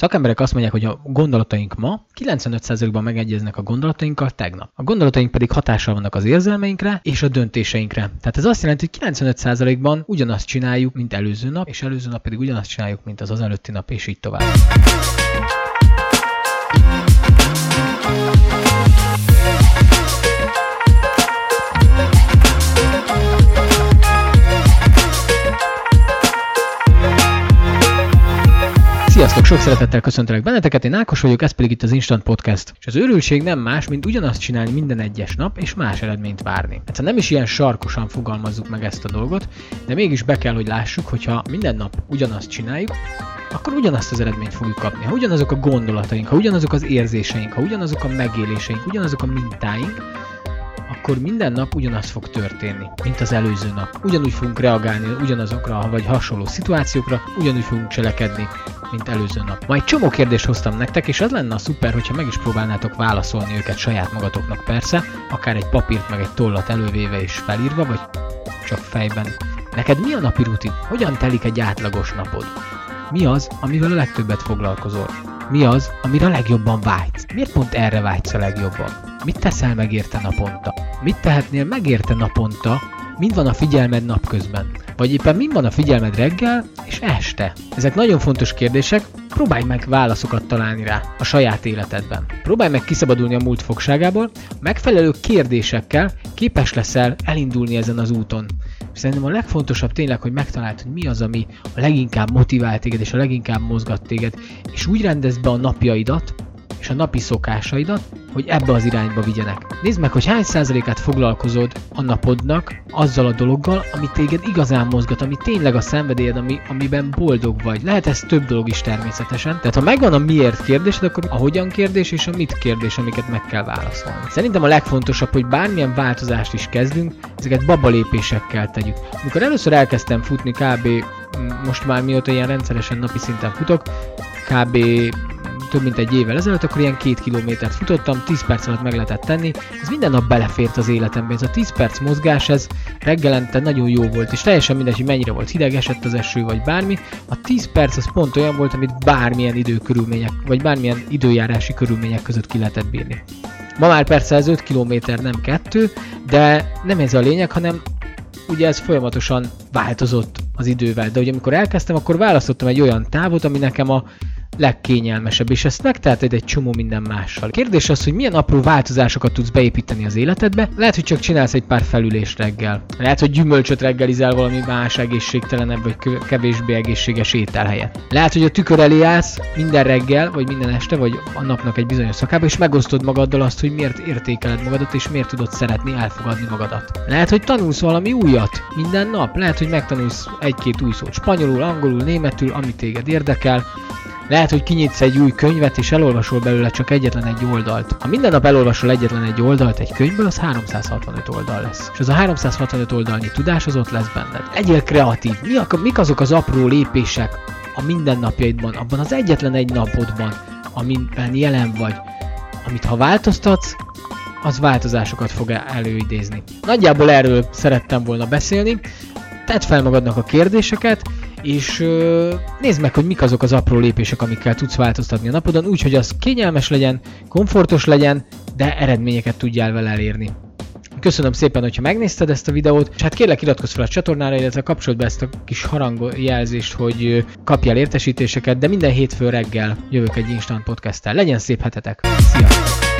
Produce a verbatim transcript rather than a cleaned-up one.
Szakemberek azt mondják, hogy a gondolataink ma kilencvenöt százalékban megegyeznek a gondolatainkkal tegnap. A gondolataink pedig hatással vannak az érzelmeinkre és a döntéseinkre. Tehát ez azt jelenti, hogy kilencvenöt százalékban ugyanazt csináljuk, mint előző nap, és előző nap pedig ugyanazt csináljuk, mint az az előtti nap, és így tovább. Sziasztok! Sok szeretettel köszöntelek benneteket, én Ákos vagyok, ez pedig itt az Instant Podcast. És az őrültség nem más, mint ugyanazt csinálni minden egyes nap, és más eredményt várni. Hát nem is ilyen sarkosan fogalmazzuk meg ezt a dolgot, de mégis be kell, hogy lássuk, hogyha minden nap ugyanazt csináljuk, akkor ugyanazt az eredményt fogjuk kapni. Ha ugyanazok a gondolataink, ha ugyanazok az érzéseink, ha ugyanazok a megéléseink, ugyanazok a mintáink, akkor minden nap ugyanaz fog történni, mint az előző nap. Ugyanúgy fogunk reagálni ugyanazokra, vagy hasonló szituációkra, ugyanúgy fogunk cselekedni, mint előző nap. Ma egy csomó kérdést hoztam nektek, és az lenne a szuper, hogyha meg is próbálnátok válaszolni őket saját magatoknak persze, akár egy papírt meg egy tollat elővéve és felírva, vagy csak fejben. Neked mi a napi rutin? Hogyan telik egy átlagos napod? Mi az, amivel a legtöbbet foglalkozol? Mi az, amire a legjobban vágysz? Miért pont erre vágysz a legjobban? Mit teszel meg érte naponta? Mit tehetnél meg érte naponta? Mind van a figyelmed napközben? Vagy éppen mind van a figyelmed reggel és este? Ezek nagyon fontos kérdések, próbálj meg válaszokat találni rá a saját életedben. Próbálj meg kiszabadulni a múlt fogságából, megfelelő kérdésekkel képes leszel elindulni ezen az úton. Szerintem a legfontosabb tényleg, hogy megtaláld, hogy mi az, ami a leginkább motivál téged és a leginkább mozgat téged, és úgy rendezd be a napjaidat és a napi szokásaidat, hogy ebbe az irányba vigyenek. Nézd meg, hogy hány százalékát foglalkozod a napodnak azzal a dologgal, ami téged igazán mozgat, ami tényleg a szenvedélyed, ami, amiben boldog vagy. Lehet ez több dolog is természetesen. Tehát ha megvan a miért kérdésed, akkor a hogyan kérdés és a mit kérdés, amiket meg kell válaszolni. Szerintem a legfontosabb, hogy bármilyen változást is kezdünk, ezeket babalépésekkel tegyük. Amikor először elkezdtem futni, kb. Most már mióta ilyen rendszeresen napi szinten futok, kb. Több mint egy évvel ezelőtt, akkor ilyen két kilométert futottam, tíz perc alatt meg lehetett tenni, ez minden nap belefért az életembe, ez a tíz perc mozgás, ez reggelente nagyon jó volt, és teljesen mindegy, hogy mennyire volt hideg, esett az eső, vagy bármi, a tíz perc az pont olyan volt, amit bármilyen időkörülmények, vagy bármilyen időjárási körülmények között ki lehetett bírni. Ma már persze ez öt kilométer, nem kettő, de nem ez a lényeg, hanem ugye ez folyamatosan változott az idővel, de ugye amikor elkezdtem, akkor választottam egy olyan távot, ami nekem a legkényelmesebb, és ezt megteheted egy csomó minden mással. Kérdés az, hogy milyen apró változásokat tudsz beépíteni az életedbe. Lehet, hogy csak csinálsz egy pár felülést reggel. Lehet, hogy gyümölcsöt reggelizel valami más egészségtelenebb, vagy kevésbé egészséges étel helyett. Lehet, hogy a tükör elé állsz minden reggel, vagy minden este, vagy a napnak egy bizonyos szakában, és megosztod magaddal azt, hogy miért értékeled magadat, és miért tudod szeretni, elfogadni magadat. Lehet, hogy tanulsz valami újat minden nap. Lehet, hogy megtanulsz egy-két új szót spanyolul, angolul, németül, ami téged érdekel. Lehet, hogy kinyitsz egy új könyvet, és elolvasol belőle csak egyetlen egy oldalt. Ha minden nap elolvasol egyetlen egy oldalt egy könyvből, az háromszázhatvanöt oldal lesz. És az a háromszázhatvanöt oldalnyi tudás az ott lesz benned. Legyél kreatív. Mi a, mik azok az apró lépések a mindennapjaidban, abban az egyetlen egy napodban, amiben jelen vagy, amit ha változtatsz, az változásokat fog előidézni. Nagyjából erről szerettem volna beszélni. Tedd fel magadnak a kérdéseket, és ö, nézd meg, hogy mik azok az apró lépések, amikkel tudsz változtatni a napodon, úgy, hogy az kényelmes legyen, komfortos legyen, de eredményeket tudjál vele elérni. Köszönöm szépen, hogyha megnézted ezt a videót, és hát kérlek, iratkozz fel a csatornára, illetve kapcsold be ezt a kis harangjelzést, hogy kapjál értesítéseket, de minden hétfő reggel jövök egy Instant Podcasttel. Legyen szép hetetek! Sziasztok!